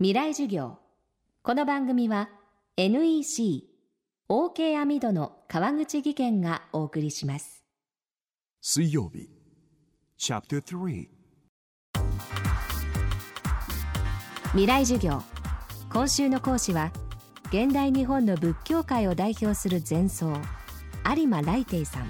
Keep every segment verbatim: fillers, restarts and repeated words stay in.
未来授業。この番組は エヌイーシー OK 網戸の川口義賢がお送りします。 水曜日チャプタースリー未来授業。今週の講師は現代日本の仏教界を代表する禅僧有馬来貞さん。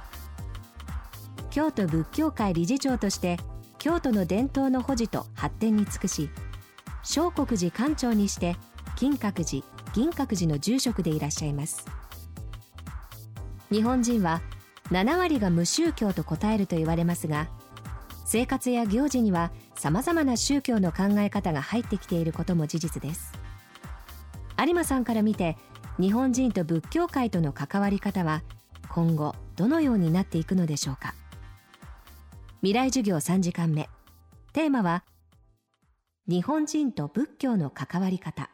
京都仏教会理事長として京都の伝統の保持と発展に尽くし、聖国寺館長にして金閣寺、銀閣寺の住職でいらっしゃいます。日本人はななわりが無宗教と答えると言われますが、生活や行事にはさまざまな宗教の考え方が入ってきていることも事実です。有馬さんから見て、日本人と仏教界との関わり方は今後どのようになっていくのでしょうか。未来授業さんじかんめ、テーマは日本人と仏教の関わり方。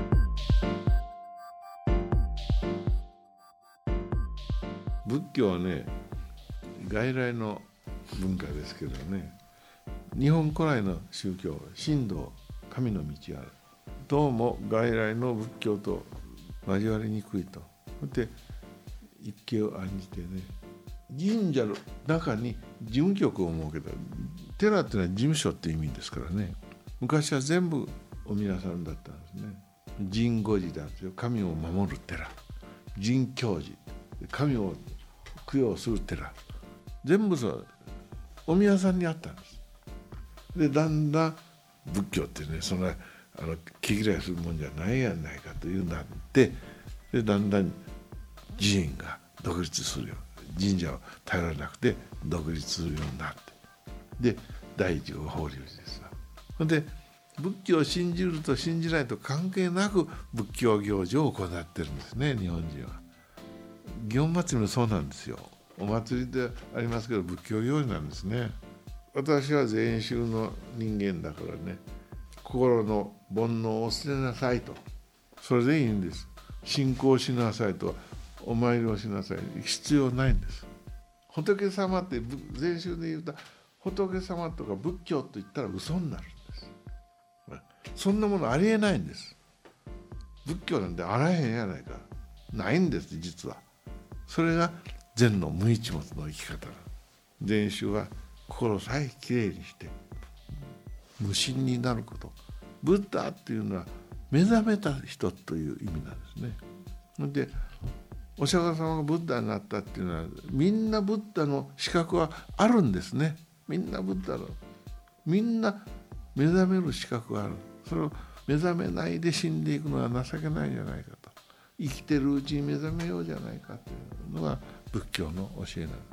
仏教はね、外来の文化ですけどね、日本古来の宗教、神道、神の道ある。どうも外来の仏教と交わりにくいと。で、一計を案じてね、神社の中に事務局を設けた。寺っていうのは事務所って意味ですからね。昔は全部お宮さんだったんですね。神護寺だって神を守る寺、神教寺、神を供養する寺、全部そうお宮さんにあったんです。でだんだん仏教ってね、そんなあの毛嫌いするもんじゃないやないかというなって、でだんだん寺院が独立するよ、神社を頼らなくて独立するようになって、で第一号法隆寺ですわ。で仏教を信じると信じないと関係なく仏教行事を行ってるんですね、日本人は。祇園祭もそうなんですよ。お祭りでありますけど仏教行事なんですね。私は禅宗の人間だからね、心の煩悩を捨てなさいと、それでいいんです。信仰しなさいと、お参りをしなさい、必要ないんです。仏様って禅宗で言うと、仏様とか仏教と言ったら嘘になるんです。そんなものありえないんです。仏教なんてあらへんやないか、ないんです実は。それが禅の無一物の生き方。禅宗は心さえきれいにして無心になること。ブッダっていうのは目覚めた人という意味なんですね。でお釈迦様がブッダになったっていうのは、みんなブッダの資格はあるんですね。みんなブッダのみんな目覚める資格がある。それを目覚めないで死んでいくのは情けないんじゃないかと。生きてるうちに目覚めようじゃないかというのが仏教の教えなの。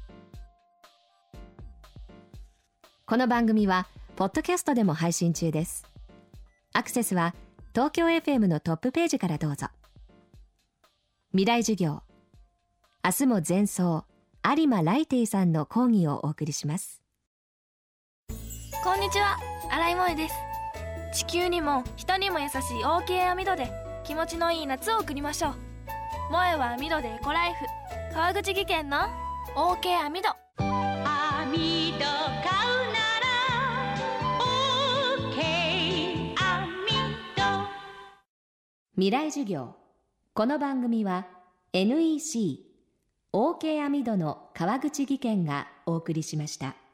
この番組はポッドキャストでも配信中です。アクセスは東京 エフエム のトップページからどうぞ。未来授業。明日も禅僧有馬来貞さんの講義をお送りします。 こんにちは、新井萌です。地球にも人にも優しい OK 網戸で気持ちのいい夏を送りましょう。萌えは網戸でエコライフ、川口技研の OK 網戸。 網戸買うなら OK 網戸。 未来授業。この番組は エヌイーシー OK 網戸の川口技研がお送りしました。